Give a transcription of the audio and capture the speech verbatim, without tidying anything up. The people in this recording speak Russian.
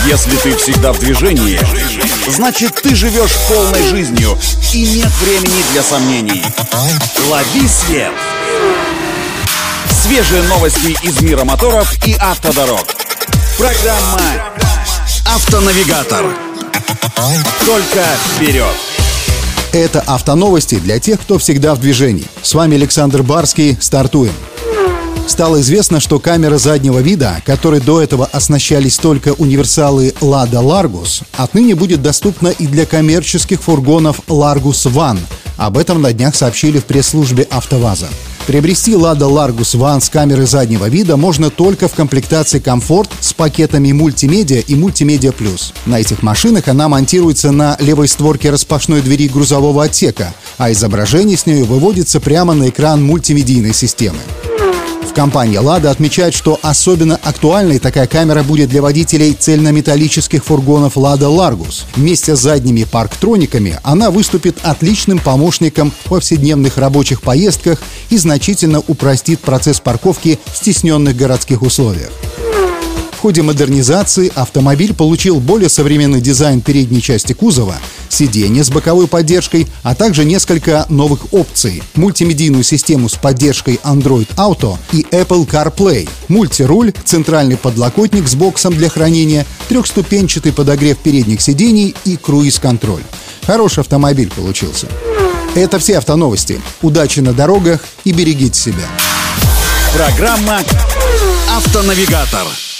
Если ты всегда в движении, значит, ты живешь полной жизнью и нет времени для сомнений. Лови свет! Свежие новости из мира моторов и автодорог. Программа «Автонавигатор». Только вперед! Это автоновости для тех, кто всегда в движении. С вами Александр Барский. Стартуем. Стало известно, что камера заднего вида, которой до этого оснащались только универсалы Lada Largus, отныне будет доступна и для коммерческих фургонов Largus One. Об этом на днях сообщили в пресс-службе АвтоВАЗа. Приобрести Lada Largus One с камерой заднего вида можно только в комплектации Comfort с пакетами мультимедиа и мультимедиа плюс. На этих машинах она монтируется на левой створке распашной двери грузового отсека, а изображение с нее выводится прямо на экран мультимедийной системы. Компания Lada отмечает, что особенно актуальной такая камера будет для водителей цельнометаллических фургонов Lada Largus. Вместе с задними парктрониками она выступит отличным помощником в повседневных рабочих поездках и значительно упростит процесс парковки в стесненных городских условиях. В ходе модернизации автомобиль получил более современный дизайн передней части кузова, сиденье с боковой поддержкой, а также несколько новых опций: мультимедийную систему с поддержкой Android Auto и Apple CarPlay, мультируль, центральный подлокотник с боксом для хранения, трехступенчатый подогрев передних сидений и круиз-контроль. Хороший автомобиль получился. Это все автоновости. Удачи на дорогах и берегите себя. Программа «Автонавигатор».